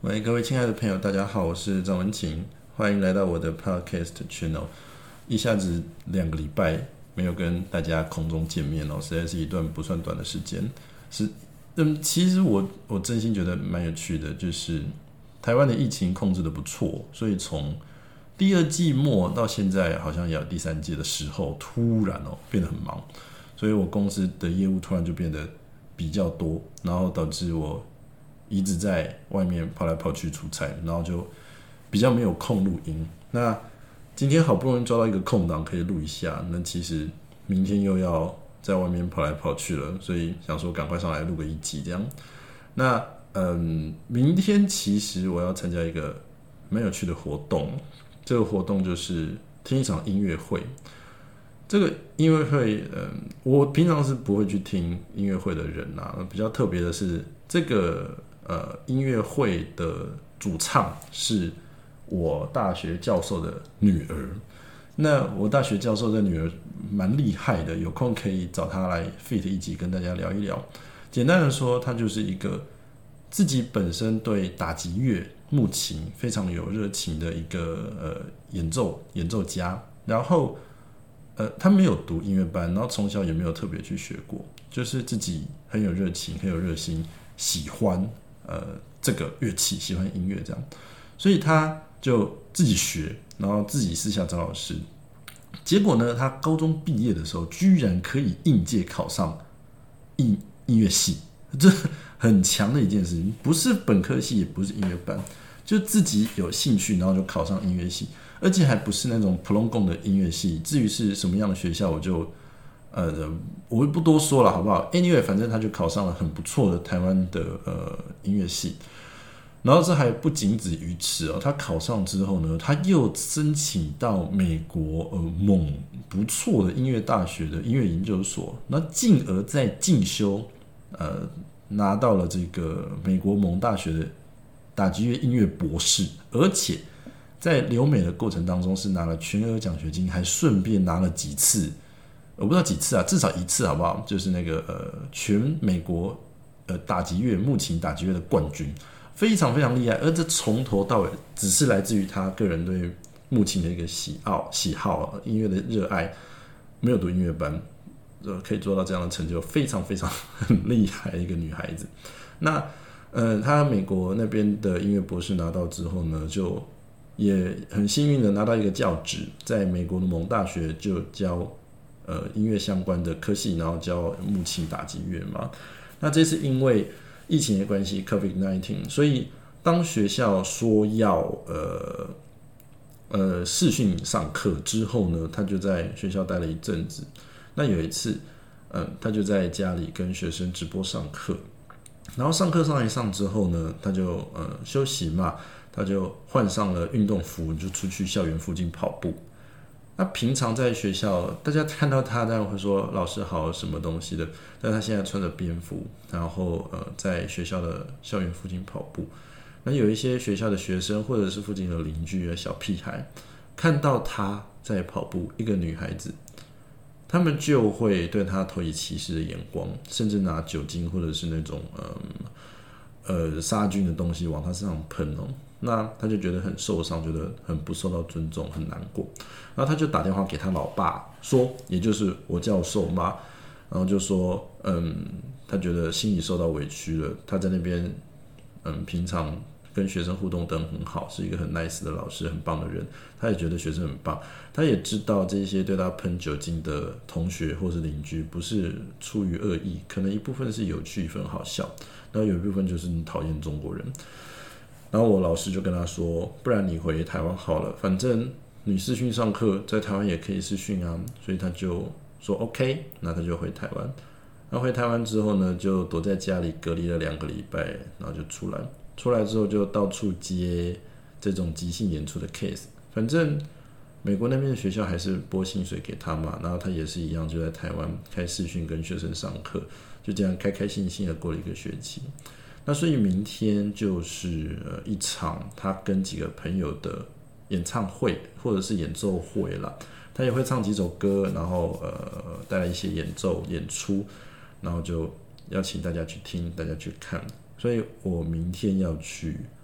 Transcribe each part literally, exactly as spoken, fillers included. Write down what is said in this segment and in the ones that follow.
喂，各位亲爱的朋友，大家好，我是张文琴，欢迎来到我的 Podcast Channel。一下子两个礼拜没有跟大家空中见面哦，实在是一段不算短的时间。是，嗯，其实我我真心觉得蛮有趣的，就是台湾的疫情控制的不错，所以从第二季末到现在，好像也有第三季的时候，突然哦变得很忙，所以我公司的业务突然就变得比较多，然后导致我一直在外面跑来跑去出差，然后就比较没有空录音。那今天好不容易抓到一个空档可以录一下，那其实明天又要在外面跑来跑去了，所以想说赶快上来录个一集这样。那嗯，明天其实我要参加一个蛮有趣的活动，这个活动就是听一场音乐会。这个音乐会，嗯，我平常是不会去听音乐会的人啊。比较特别的是，这个呃音乐会的主唱是我大学教授的女儿。那我大学教授的女儿蛮厉害的，有空可以找她来 feat 一集跟大家聊一聊。简单的说，她就是一个自己本身对打击乐、木琴非常有热情的一个呃演奏演奏家，然后。呃，他没有读音乐班，然后从小也没有特别去学过，就是自己很有热情、很有热心，喜欢呃这个乐器，喜欢音乐这样，所以他就自己学，然后自己私下找老师。结果呢，他高中毕业的时候，居然可以应届考上音音乐系，这很强的一件事情，不是本科系，也不是音乐班，就自己有兴趣，然后就考上音乐系。而且还不是那种普通共的音乐系，至于是什么样的学校，我就呃我不多说了，好不好 ？Anyway， 反正他就考上了很不错的台湾的呃音乐系。然后这还不仅止于此哦，他考上之后呢，他又申请到美国呃某不错的音乐大学的音乐研究所，那进而再进修，呃拿到了这个美国某大学的打击乐音乐博士，而且。在留美的过程当中是拿了全额奖学金，还顺便拿了几次，我不知道几次啊，至少一次好不好？就是那个呃全美国呃打击乐木琴打击乐的冠军，非常非常厉害。而这从头到尾只是来自于他个人对木琴的一个喜好、喜好、音乐的热爱，没有读音乐班，呃可以做到这样的成就，非常非常很厉害的一个女孩子。那呃，她美国那边的音乐博士拿到之后呢，就也很幸运的拿到一个教职，在美国的某大学就教呃音乐相关的科系，然后教木琴打击乐嘛。那这次因为疫情的关系 COVID 十九， 所以当学校说要呃呃视讯上课之后呢，他就在学校待了一阵子。那有一次，嗯、呃，他就在家里跟学生直播上课，然后上课上一上之后呢，他就呃休息嘛。他就换上了运动服，就出去校园附近跑步。那平常在学校，大家看到他当然会说老师好什么东西的，但他现在穿着便服，然后呃在学校的校园附近跑步。那有一些学校的学生或者是附近的邻居啊小屁孩，看到他在跑步，一个女孩子，他们就会对他投以歧视的眼光，甚至拿酒精或者是那种嗯呃杀菌的东西往他身上喷哦。那他就觉得很受伤，觉得很不受到尊重，很难过。然后他就打电话给他老爸说，也就是我教授嘛，然后就说，嗯，他觉得心里受到委屈了。他在那边，嗯，平常跟学生互动都很好，是一个很 nice 的老师，很棒的人。他也觉得学生很棒，他也知道这些对他喷酒精的同学或是邻居不是出于恶意，可能一部分是有趣，一份好笑，然后有一部分就是你讨厌中国人。然后我老师就跟他说，不然你回台湾好了，反正你视讯上课在台湾也可以视讯啊，所以他就说 OK， 那他就回台湾。然后回台湾之后呢，就躲在家里隔离了两个礼拜，然后就出来。出来之后就到处接这种即兴演出的 case， 反正美国那边的学校还是拨薪水给他嘛，然后他也是一样，就在台湾开视讯跟学生上课，就这样开开心心的过了一个学期。那所以明天就是呃一场他跟几个朋友的演唱会或者是演奏会啦，他也会唱几首歌，然后呃带来一些演奏演出，然后就邀请大家去听，大家去看。所以我明天要去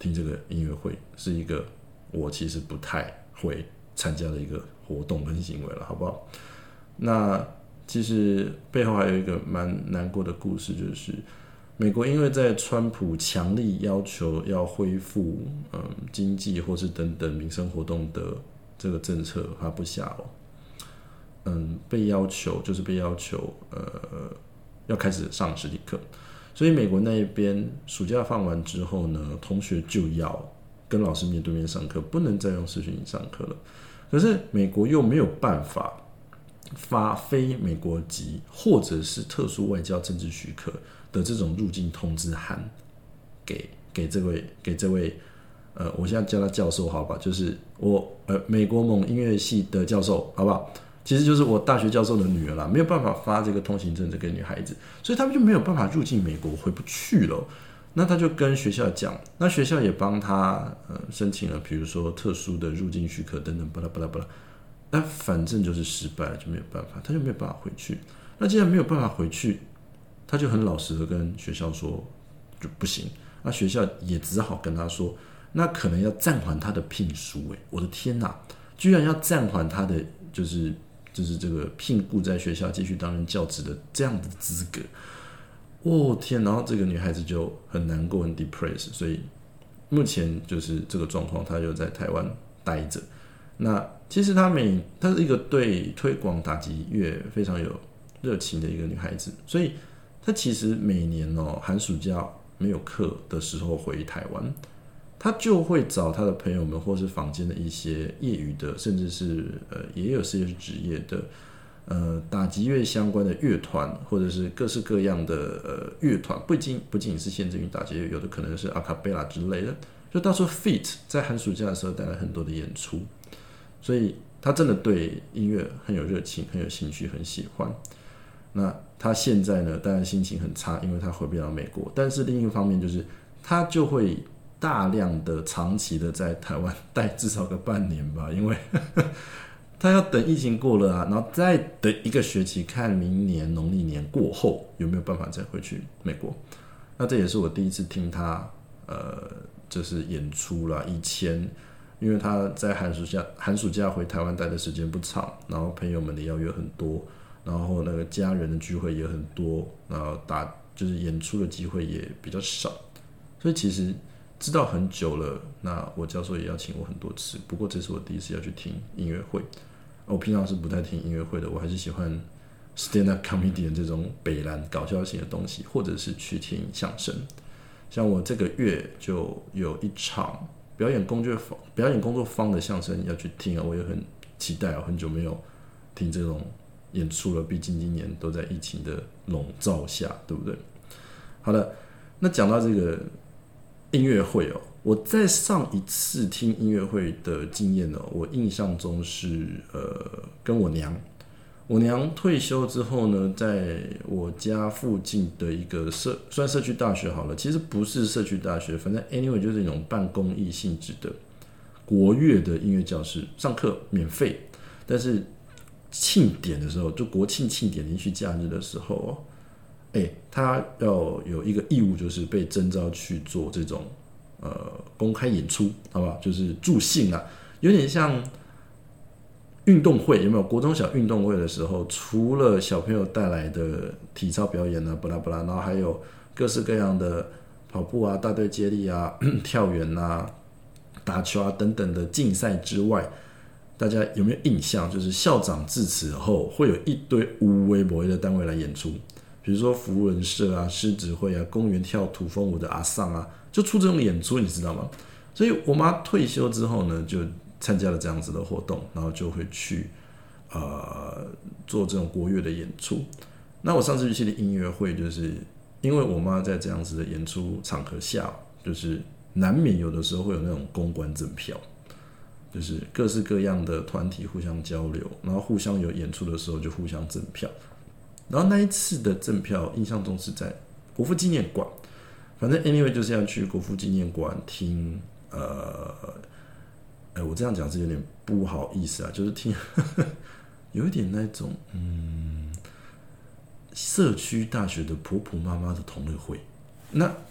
听这个音乐会，是一个我其实不太会参加的一个活动跟行为了，好不好？那其实背后还有一个蛮难过的故事，就是美国因为在川普强力要求要恢复嗯经济或是等等民生活动的这个政策，他不下哦，嗯，被要求就是被要求呃要开始上实体课，所以美国那一边暑假放完之后呢，同学就要跟老师面对面上课，不能再用视讯上课了。可是美国又没有办法发非美国籍或者是特殊外交政治许可的这种入境通知函给给这位给这位呃，我现在叫他教授好吧，就是我呃美国蒙音乐系的教授好不好？其实就是我大学教授的女儿啦，没有办法发这个通行证这个女孩子，所以他们就没有办法入境美国，回不去了。那他就跟学校讲，那学校也帮他呃申请了，比如说特殊的入境许可等等，巴拉巴拉巴拉。那反正就是失败了，就没有办法，他就没有办法回去。那既然没有办法回去，他就很老实的跟学校说就不行。那学校也只好跟他说，那可能要暂缓他的聘书。哎，我的天哪，居然要暂缓他的就是就是这个聘雇在学校继续担任教职的这样的资格。哦天，然后这个女孩子就很难过，很 depressed， 所以目前就是这个状况，她就在台湾待着。那其实她每她是一个对推广打击乐非常有热情的一个女孩子，所以她其实每年哦寒暑假没有课的时候回台湾，她就会找她的朋友们或是坊间的一些业余的，甚至是呃也有些是职业的。呃，打击乐相关的乐团，或者是各式各样的呃乐团，不仅不仅是限制于打击乐，有的可能是阿卡贝拉之类的，就到时候 feat 在寒暑假的时候带来很多的演出，所以他真的对音乐很有热情，很有兴趣，很喜欢。那他现在呢，当然心情很差，因为他回不了美国，但是另一方面就是他就会大量的长期的在台湾待至少个半年吧，因为他要等疫情过了啊，然后再等一个学期，看明年农历年过后有没有办法再回去美国。那这也是我第一次听他呃，就是演出啦。以前因为他在寒暑假寒暑假回台湾待的时间不长，然后朋友们的邀约很多，然后那个家人的聚会也很多，然后打就是演出的机会也比较少，所以其实知道很久了。那我教授也邀请我很多次，不过这是我第一次要去听音乐会。我平常是不太听音乐会的，我还是喜欢 stand up comedian 这种北蓝搞笑型的东西，或者是去听相声。像我这个月就有一场表演工作坊表演工作坊的相声要去听啊，我也很期待啊，很久没有听这种演出了，毕竟今年都在疫情的笼罩下，对不对？好的，那讲到这个音乐会哦，我在上一次听音乐会的经验哦，我印象中是呃跟我娘，我娘退休之后呢，在我家附近的一个社算社区大学好了，其实不是社区大学，反正 anyway 就是一种半公益性质的国乐的音乐教室，上课免费，但是庆典的时候，就国庆庆典连续假日的时候哦。哎，他要有一个义务，就是被征召去做这种呃公开演出，好不好？就是助兴啊，有点像运动会，有没有？国中小运动会的时候，除了小朋友带来的体操表演啊，巴拉巴拉，然后还有各式各样的跑步啊、大队接力啊、跳远啊、打球啊等等的竞赛之外，大家有没有印象？就是校长致辞后，会有一堆无微不微的单位来演出。比如说福人社啊、狮子会啊、公园跳土风舞的阿桑啊，就出这种演出，你知道吗？所以我妈退休之后呢，就参加了这样子的活动，然后就会去呃做这种国乐的演出。那我上次去的音乐会，就是因为我妈在这样子的演出场合下，就是难免有的时候会有那种公关赠票，就是各式各样的团体互相交流，然后互相有演出的时候就互相赠票。然后那一次的赠票，印象中是在国父纪念馆，反正 anyway 就是要去国父纪念馆听，呃，哎，我这样讲是有点不好意思啊，就是听，呵呵有一点那种，嗯，社区大学的婆婆妈妈的同乐会。那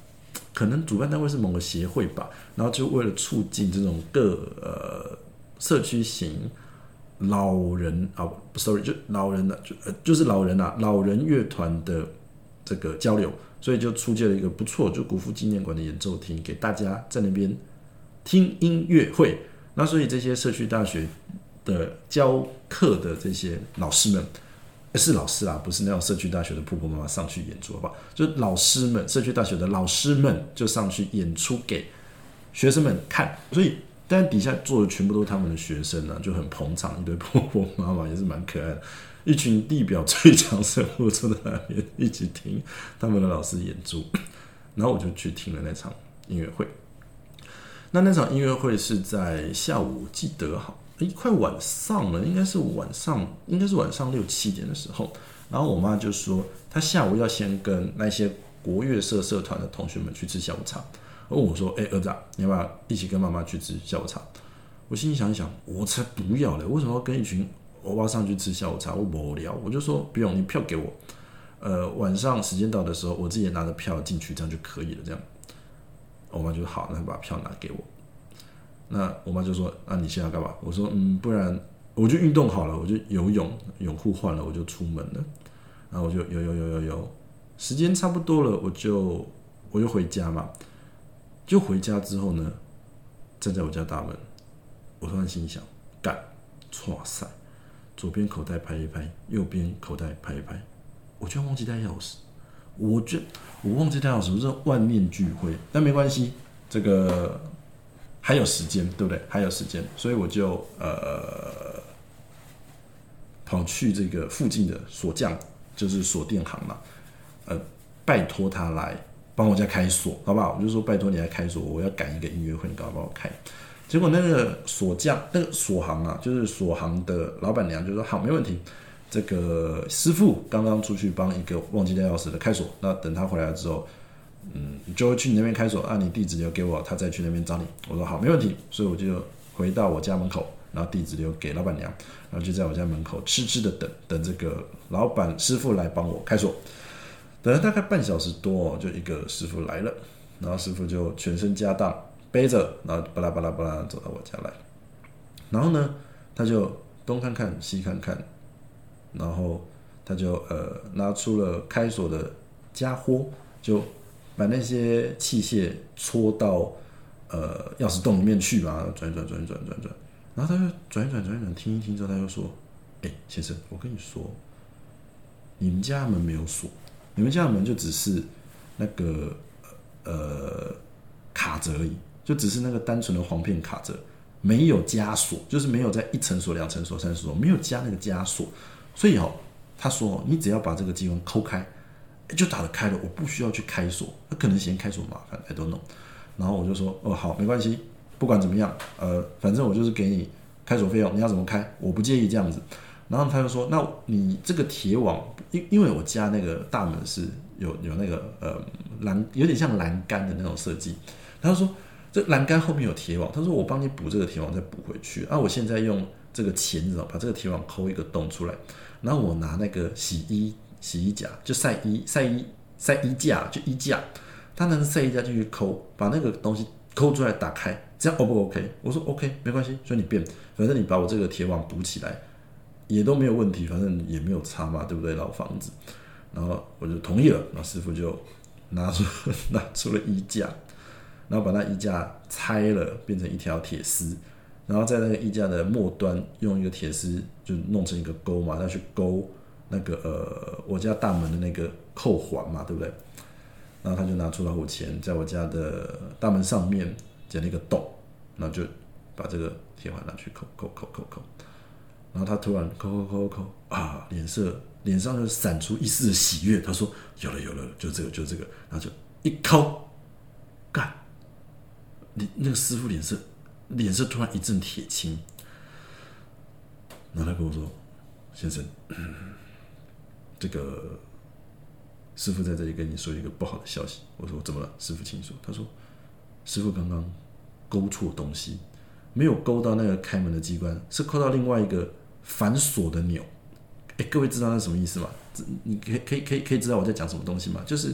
可能主办单位是某个协会吧，然后就为了促进这种各呃社区型老人啊不 ，sorry， 就老人的、啊、就、呃、就是老人啊，老人乐团的这个交流，所以就出借了一个不错，就国父纪念馆的演奏厅，给大家在那边听音乐会。那所以这些社区大学的教课的这些老师们，是老师啦，不是那种社区大学的婆婆妈妈上去演出，好不好？就老师们，社区大学的老师们就上去演出给学生们看，所以但底下坐的全部都是他们的学生啊，就很捧场，一堆婆婆妈妈也是蛮可爱的，一群地表最强生物坐在那边一起听他们的老师演出，然后我就去听了那场音乐会。那那场音乐会是在下午，记得好，快晚上了，应该是晚上，应该是晚上六七点的时候。然后我妈就说，她下午要先跟那些国乐社社团的同学们去吃下午茶。问我说：“哎、欸，儿子、啊，你要不要一起跟妈妈去吃下午茶？”我心里想一想，我才不要嘞！为什么要跟一群欧巴上去吃下午茶？我无聊，我就说不用，你票给我。呃，晚上时间到的时候，我自己拿着票进去，这样就可以了。这样。我妈就说好，那把票拿给我。那我妈就说：“那、啊、你现在要干嘛？”我说：“嗯，不然我就运动好了，我就游泳，泳裤换了，我就出门了。然后我就游游游游游，时间差不多了，我就我就回家嘛。就回家之后呢，站在我家大门，我突然心想：干，唰塞，左边口袋拍一拍，右边口袋拍一拍，我居然忘记带钥匙。”我觉得我忘记带钥匙，我是万念俱灰，但没关系，这个还有时间，对不对？还有时间，所以我就呃跑去这个附近的锁匠，就是锁店行嘛，呃，拜托他来帮我家开锁，好不好？我就说拜托你来开锁，我要赶一个音乐会，你赶快帮我开。结果那个锁匠，那个锁行啊，就是锁行的老板娘就说好，没问题。这个师傅刚刚出去帮一个忘记带钥匙的开锁，那等他回来之后，嗯，就会去你那边开锁啊，你地址留给我，他再去那边找你。我说好，没问题，所以我就回到我家门口，然后地址留给老板娘，然后就在我家门口痴痴的等，等这个老板师傅来帮我开锁。等了大概半小时多，就一个师傅来了，然后师傅就全身家当背着，然后巴拉巴拉巴拉走到我家来，然后呢，他就东看看西看看。然后他就呃拿出了开锁的家伙，就把那些器械戳到呃钥匙洞里面去嘛，转一转转一转转一转，然后他就转一转转一转听一听之后，他就说：“哎、欸，先生，我跟你说，你们家门没有锁，你们家的门就只是那个呃卡着而已，就只是那个单纯的簧片卡着，没有加锁，就是没有在一层锁、两层锁、三层锁，没有加那个加锁。”所以哦，他说你只要把这个机关抠开，就打得开了，我不需要去开锁。他可能嫌开锁麻烦 ，I don't know。然后我就说哦好，没关系，不管怎么样，呃，反正我就是给你开锁费用，你要怎么开，我不介意这样子。然后他就说，那你这个铁网，因因为我家那个大门是有有那个呃栏，有点像栏杆的那种设计。他就说这栏杆后面有铁网，他说我帮你补这个铁网再补回去。啊，我现在用这个钳子把这个铁网抠一个洞出来。然后我拿那个洗衣洗衣夹，就晒衣晒衣晒衣架，就衣架，他拿晒衣架进去抠，把那个东西抠出来打开，这样 O 不 OK？ 我说 OK， 没关系，所以你变，反正你把我这个铁网补起来，也都没有问题，反正也没有差嘛，对不对？老房子，然后我就同意了，然后师傅就拿出拿出了衣架，然后把那衣架拆了，变成一条铁丝。然后在那个衣架的末端用一个铁丝就弄成一个钩嘛，要去勾那个呃我家大门的那个扣环嘛，对不对？然后他就拿出老虎钳，在我家的大门上面剪了一个洞，然后就把这个铁环拿去扣扣扣扣扣。然后他突然扣扣扣扣啊，脸色脸上就闪出一丝的喜悦，他说有了有了，就这个就这个，然后就一扣，干，你那个师傅脸色。脸色突然一阵铁青，然后他跟我说：“先生，嗯、这个师傅在这里跟你说一个不好的消息。”我说：“怎么了？”师傅请说。他说：“师傅刚刚勾错东西，没有勾到那个开门的机关，是扣到另外一个反锁的钮。哎，各位知道那是什么意思吗？你可以可以可以可以知道我在讲什么东西吗？就是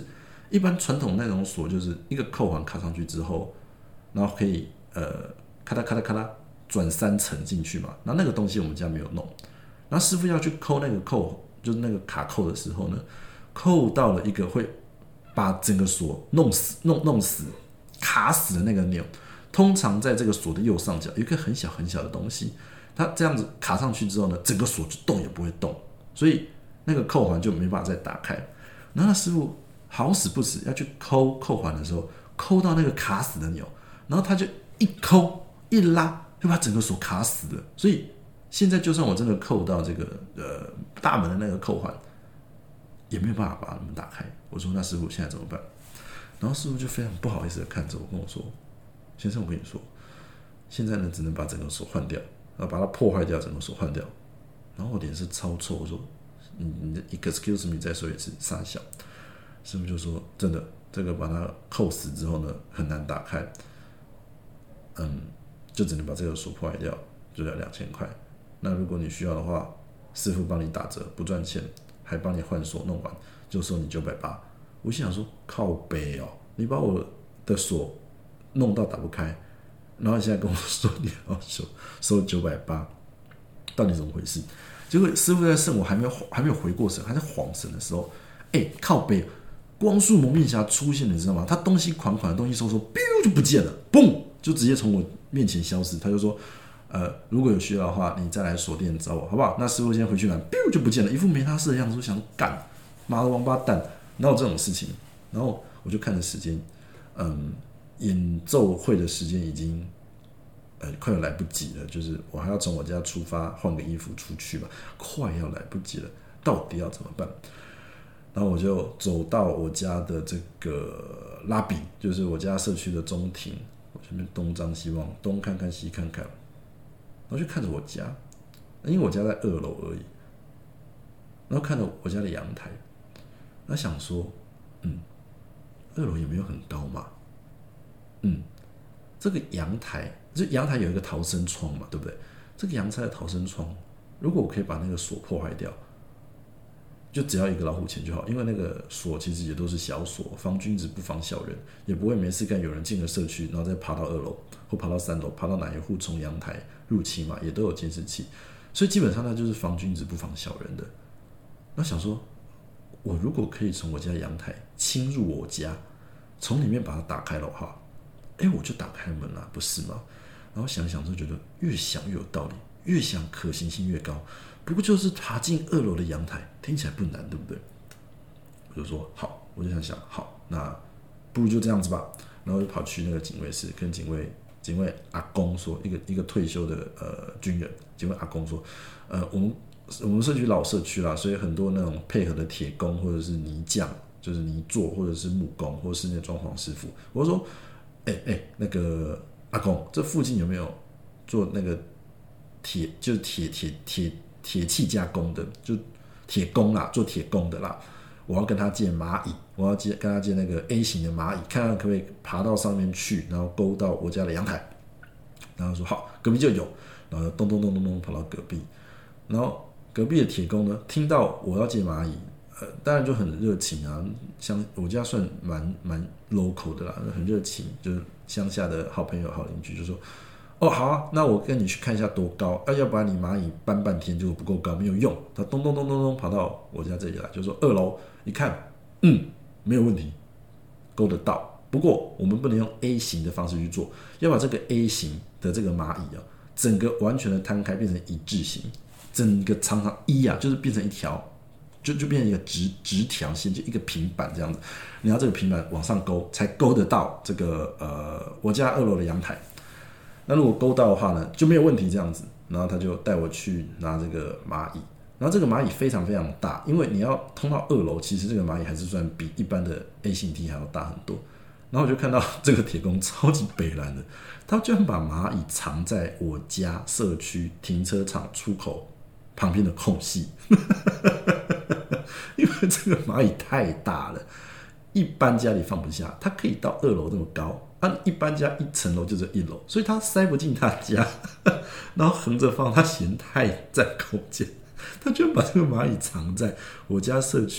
一般传统那种锁就是一个扣环卡上去之后，然后可以呃咔嗒咔嗒咔嗒转三层进去嘛。然后那个东西我们家没有弄，然后师傅要去扣那个扣，就是那个卡扣的时候呢，扣到了一个会把整个锁弄死、弄弄死、卡死的那个钮。通常在这个锁的右上角有一个很小很小的东西，它这样子卡上去之后呢，整个锁就动也不会动，所以那个扣环就没办法再打开。然后那师傅好死不死要去抠扣环的时候，抠到那个卡死的钮，然后他就一抠一拉，就把整个锁卡死了。所以现在就算我真的扣到这个呃大门的那个扣环，也没有办法把门打开。我说那师傅现在怎么办？然后师傅就非常不好意思的看着我，跟我说：“先生，我跟你说，现在呢只能把整个锁换掉，然后把它破坏掉，整个锁换掉。”然后我脸是超臭，我说：“你你 excuse me 再说一次，傻小。”师傅就说：“真的，这个把它扣死之后呢，很难打开，嗯，就只能把这个锁破坏掉，就要两千块。那如果你需要的话，师傅帮你打折，不赚钱，还帮你换锁，弄完就收你九百八。”我心想说：“靠北哦，你把我的锁弄到打不开，然后你现在跟我说你要收收九百八，到底怎么回事？”结果师傅在趁我还没有还没有回过神，还在晃神的时候，哎、欸，靠北，光速蒙面侠出现了，你知道吗？他东西款款的东西收收，biu就不见了，嘣，就直接从我面前消失。他就说：“呃，如果有需要的话，你再来锁店找我，好不好？”那师傅先回去拿，biu就不见了，一副没他事的样子。我想干，妈的王八蛋，哪有这种事情？然后我就看着时间，嗯，演奏会的时间已经。呃，快要来不及了，就是我还要从我家出发，换个衣服出去吧，快要来不及了，到底要怎么办？然后我就走到我家的这个拉比，就是我家社区的中庭，我这边东张西望，东看看西看看，然后就看着我家，因为我家在二楼而已，然后看着我家的阳台，然后想说，嗯，二楼也没有很高嘛，嗯，这个阳台。就阳台有一个逃生窗嘛，对不对？这个阳台的逃生窗，如果我可以把那个锁破坏掉，就只要一个老虎钳就好，因为那个锁其实也都是小锁，防君子不防小人，也不会没事干有人进了社区，然后再爬到二楼或爬到三楼，爬到哪一户从阳台入侵嘛，也都有监视器，所以基本上它就是防君子不防小人的。那想说，我如果可以从我家阳台侵入我家，从里面把它打开的话，哎，我就打开门了，不是吗？然后想想就觉得越想越有道理，越想可行性越高。不过就是爬进二楼的阳台，听起来不难，对不对？我就说好，我就想想好，那不如就这样子吧。然后就跑去那个警卫室，跟警卫警卫阿公说，一个一个退休的呃军人，警卫阿公说，呃，我们我们社区老社区啦，所以很多那种配合的铁工或者是泥匠，就是泥作或者是木工或者是那装潢师傅，我就说，哎、欸、哎、欸，那个。阿公，这附近有没有做那个铁，就是铁铁铁铁器加工的，就铁工啦，做铁工的啦？我要跟他借蚂蚁，我要借跟他借那个 A 型的蚂蚁，看看可不可以爬到上面去，然后勾到我家的阳台。然后说好，隔壁就有，然后咚咚咚咚咚跑到隔壁，然后隔壁的铁工呢，听到我要借蚂蚁，呃，当然就很热情啊，像我家算蛮蛮 local 的啦，很热情，就是乡下的好朋友、好邻居就说：“哦，好啊，那我跟你去看一下多高，啊，要不然你蚂蚁搬半天就不够高，没有用。”他咚咚咚咚咚跑到我家这里来，就说二楼一看，嗯，没有问题，勾得到。不过我们不能用 A 型的方式去做，要把这个 A 型的这个蚂蚁啊，整个完全的摊开，变成一字形，整个长长一啊，就是变成一条。就就变成一个直直条线，就一个平板这样子。你要这个平板往上勾，才勾得到这个呃我家二楼的阳台。那如果勾到的话呢，就没有问题这样子。然后他就带我去拿这个蚂蚁，然后这个蚂蚁非常非常大，因为你要通到二楼，其实这个蚂蚁还是算比一般的 A 型梯还要大很多。然后我就看到这个铁工超级北蓝的，他居然把蚂蚁藏在我家社区停车场出口旁边的空隙。因为这个蚂蚁太大了，一般家里放不下，它可以到二楼那么高，啊，一般家一层楼就是一楼，所以它塞不进他家，然后横着放，他嫌太占空间，他居然把这个蚂蚁藏在我家社区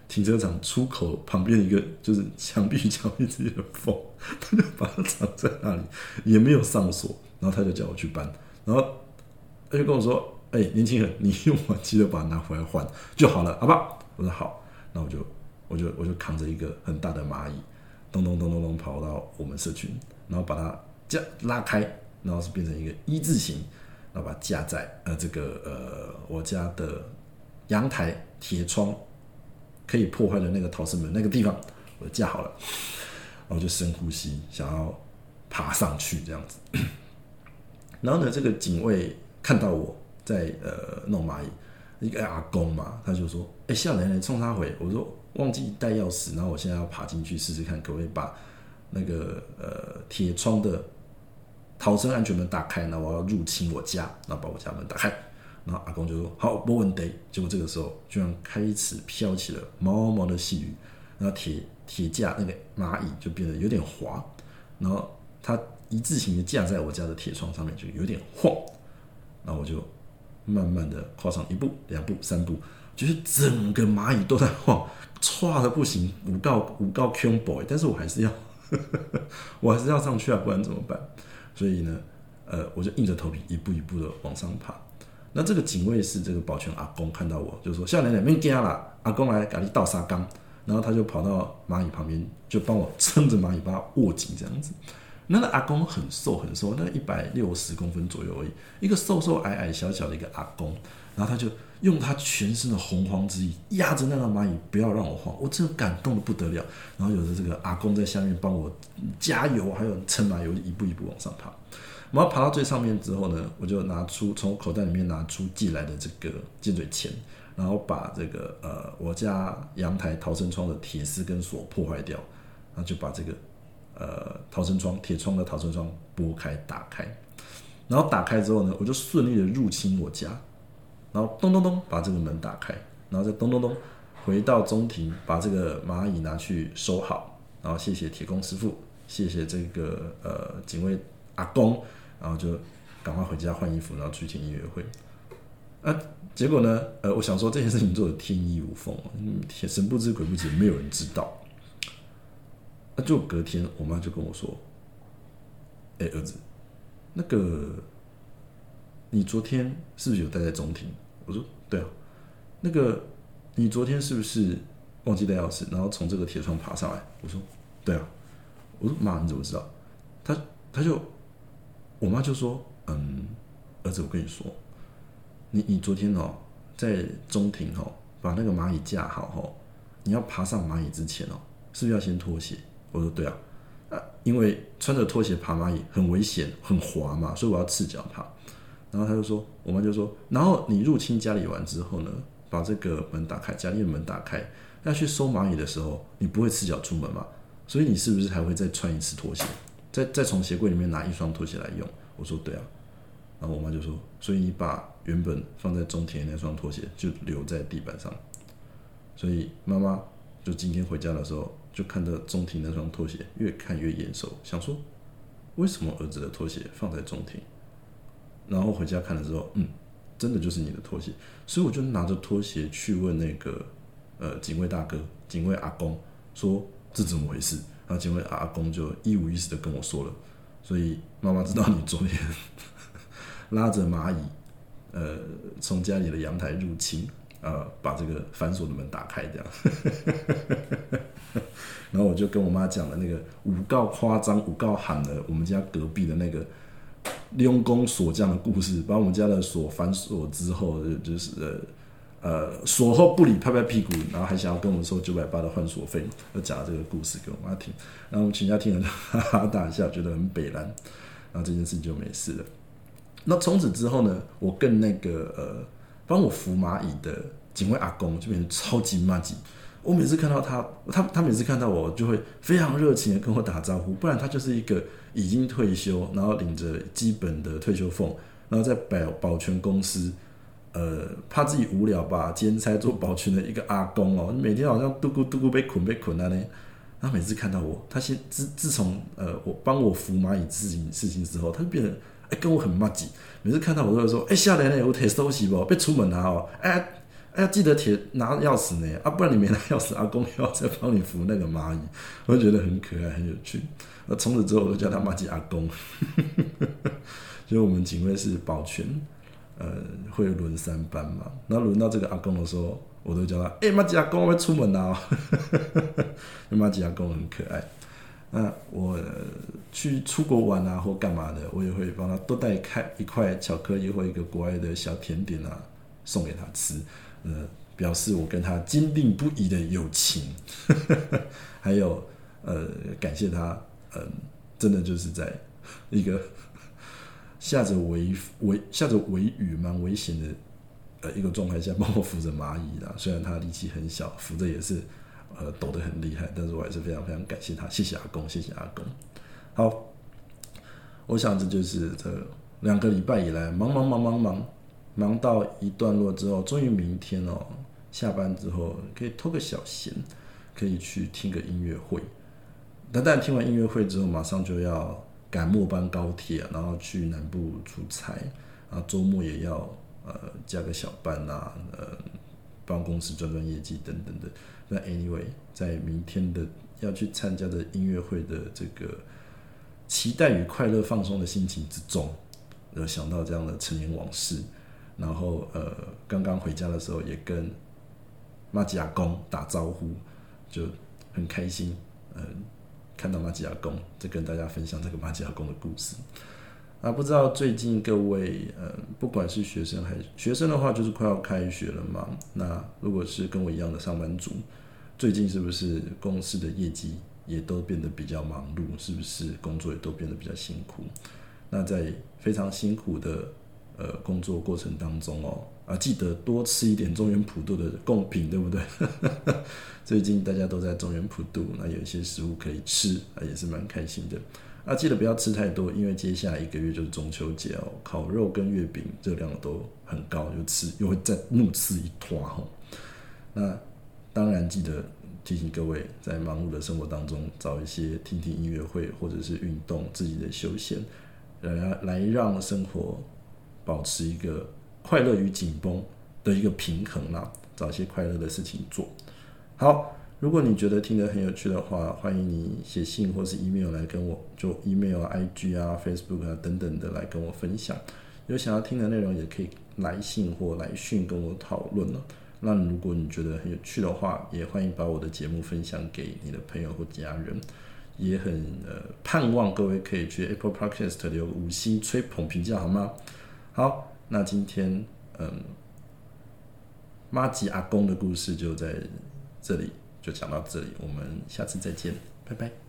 停车场出口旁边一个就是墙壁墙壁之间的缝，他就把它藏在那里，也没有上锁，然后他就叫我去搬，然后他就跟我说：“哎、欸，年轻人，你用完记得把它拿回来换就好了，好不好？”我说好，然后我就我就我就扛着一个很大的蚂蚁，咚咚咚咚咚跑到我们社群，然后把它架拉开，然后是变成一个一字形，然后把它架在呃这个呃我家的阳台铁窗可以破坏的那个逃生门那个地方，我就架好了，然后我就深呼吸，想要爬上去这样子。然后呢，这个警卫看到我在呃弄蚂蚁，一个阿公嘛，他就说：“哎、欸，少年，你冲他回。”我说：“忘记带钥匙，然后我现在要爬进去试试看，可不可以把那个呃铁窗的逃生安全门打开？然后我要入侵我家，然后把我家门打开。”然后阿公就说：“好，没问题。”结果这个时候居然开始飘起了毛毛的细雨，然后铁铁架那个蚂蚁就变得有点滑，然后它一字形的架在我家的铁窗上面，就有点晃。然后我就慢慢的跨上一步、两步、三步，就是整个蚂蚁都在晃，唰的不行，五告五告 Q boy， 但是我还是要，我还是要上去啊，不然怎么办？所以呢，呃，我就硬着头皮一步一步的往上爬。那这个警卫是这个保全阿公看到我，就说：“少年人，别惊啦，阿公来给你倒沙缸。”然后他就跑到蚂蚁旁边，就帮我撑着蚂蚁，把它握紧这样子。那个阿公很瘦很瘦，那一百六十公分左右而已，一个瘦瘦矮矮小小的一个阿公，然后他就用他全身的洪荒之力压着那个蚂蚁，不要让我晃，我真的感动的不得了。然后有的这个阿公在下面帮我加油，还有撑蚂蚁，我就一步一步往上爬。然后爬到最上面之后呢，我就拿出从口袋里面拿出寄来的这个尖嘴钳，然后把这个呃我家阳台逃生窗的铁丝跟锁破坏掉，然后就把这个呃逃生窗铁窗的逃生窗拨开打开，然后打开之后呢，我就顺利的入侵我家，然后咚咚咚把这个门打开，然后再咚咚咚回到中庭，把这个蚂蚁拿去收好，然后谢谢铁工师傅，谢谢这个呃警卫阿公。然后就赶快回家换衣服，然后去听音乐会。啊，结果呢，呃，我想说这件事情做的天衣无缝，嗯，神不知鬼不觉，没有人知道。那、啊、就隔天，我妈就跟我说：“哎、欸，儿子，那个你昨天是不是有待在中庭？”我说：“对啊。”那个你昨天是不是忘记带钥匙，然后从这个铁窗爬上来？我说：“对啊。”我说：“妈，你怎么知道？”他他就。我妈就说：“嗯，儿子，我跟你说，你你昨天哦，在中庭哦，把那个蚂蚁架好哦，你要爬上蚂蚁之前哦，是不是要先脱鞋？”我说：“对啊，啊，因为穿着拖鞋爬蚂蚁很危险，很滑嘛，所以我要赤脚爬。”然后他就说，我妈就说：“然后你入侵家里完之后呢，把这个门打开，家里的门打开，要去收蚂蚁的时候，你不会赤脚出门嘛？所以你是不是还会再穿一次拖鞋？”再, 再从鞋柜里面拿一双拖鞋来用，我说对啊，然后我妈就说，所以你把原本放在中庭的那双拖鞋就留在地板上，所以妈妈就今天回家的时候就看到中庭那双拖鞋，越看越眼熟，想说为什么儿子的拖鞋放在中庭？然后回家看了之后，嗯，真的就是你的拖鞋，所以我就拿着拖鞋去问那个呃警卫大哥、警卫阿公，说这怎么回事？然后警卫阿公就一五一十的跟我说了，所以妈妈知道你昨天拉着蚂蚁，呃，从家里的阳台入侵，呃，把这个反锁的门打开，这样。然后我就跟我妈讲了那个五告夸张、五告喊了我们家隔壁的那个用功锁匠的故事，把我们家的锁反锁之后，就是呃。呃，锁后不理，拍拍屁股，然后还想要跟我们收九百八的换锁费，就讲了这个故事给我妈听，然后我们全家听了就哈哈大笑，觉得很北蓝，然后这件事情就没事了。那从此之后呢，我跟那个呃帮我扶蚂蚁的警卫阿公就变成超级麻吉。我每次看到他，他他每次看到我就会非常热情的跟我打招呼，不然他就是一个已经退休，然后领着基本的退休俸，然后在保保全公司。呃，怕自己无聊吧，兼差做保全的一个阿公哦，每天好像嘟咕嘟咕被捆被捆啊呢。他每次看到我，他先自自从呃我帮我扶蚂蚁事情事情之后，他就变得哎、欸、跟我很麻吉。每次看到我都会说，哎、欸，下来呢，有铁收起不？别出门啊哦，哎、欸、 哎呀，记得铁拿钥匙呢，啊，不然你没拿钥匙，阿公又要再帮你扶那个蚂蚁，我就觉得很可爱，很有趣。那从此之后，我就叫他马吉阿公。所以我们警卫室保全，呃，会轮三班嘛。然后轮到这个阿公的时候，我都叫他，哎、欸，马吉阿公，我要出门啦、哦。因为马吉阿公很可爱。那我、呃、去出国玩啊，或干嘛的，我也会帮他多带一块巧克力或一个国外的小甜点啊，送给他吃。呃，表示我跟他坚定不移的友情，还有呃，感谢他，呃，真的就是在一个下着微微下着微雨蛮危险的呃一个状态下，帮我扶着蚂蚁啦。虽然他力气很小，扶着也是呃抖得很厉害，但是我还是非常非常感谢他，谢谢阿公，谢谢阿公。好，我想这就是这两个礼拜以来忙忙忙忙忙。忙到一段落之后，终于明天哦，下班之后可以偷个小闲，可以去听个音乐会。但但听完音乐会之后，马上就要赶末班高铁，然后去南部出差，然后周末也要呃加个小班啊，呃帮公司赚赚业绩等等的。那 anyway， 在明天的要去参加的音乐会的这个期待与快乐放松的心情之中，有想到这样的陈年往事。然后呃，刚刚回家的时候也跟马吉阿公打招呼，就很开心。呃，看到马吉阿公，再跟大家分享这个马吉阿公的故事。啊，不知道最近各位呃，不管是学生还是学生的话，就是快要开学了嘛。那如果是跟我一样的上班族，最近是不是公司的业绩也都变得比较忙碌？是不是工作也都变得比较辛苦？那在非常辛苦的呃，工作过程当中哦，啊，记得多吃一点中元普渡的贡品，对不对？最近大家都在中元普渡，那有一些食物可以吃，啊，也是蛮开心的。啊，记得不要吃太多，因为接下来一个月就是中秋节哦，烤肉跟月饼热量都很高，又吃又会再怒吃一坨哦。那当然记得提醒各位，在忙碌的生活当中，找一些听听音乐会或者是运动，自己的休闲，来来让生活保持一个快乐与紧绷的一个平衡啦，找一些快乐的事情做。好，如果你觉得听得很有趣的话，欢迎你写信或是 email 来跟我，就 email 啊、I G 啊、Facebook 啊等等的来跟我分享。有想要听的内容也可以来信或来讯跟我讨论了。那如果你觉得很有趣的话，也欢迎把我的节目分享给你的朋友或家人。也很呃盼望各位可以去 Apple Podcast 留五星吹捧评价，好吗？好，那今天嗯，马吉阿公的故事就在这里，就讲到这里，我们下次再见，拜拜。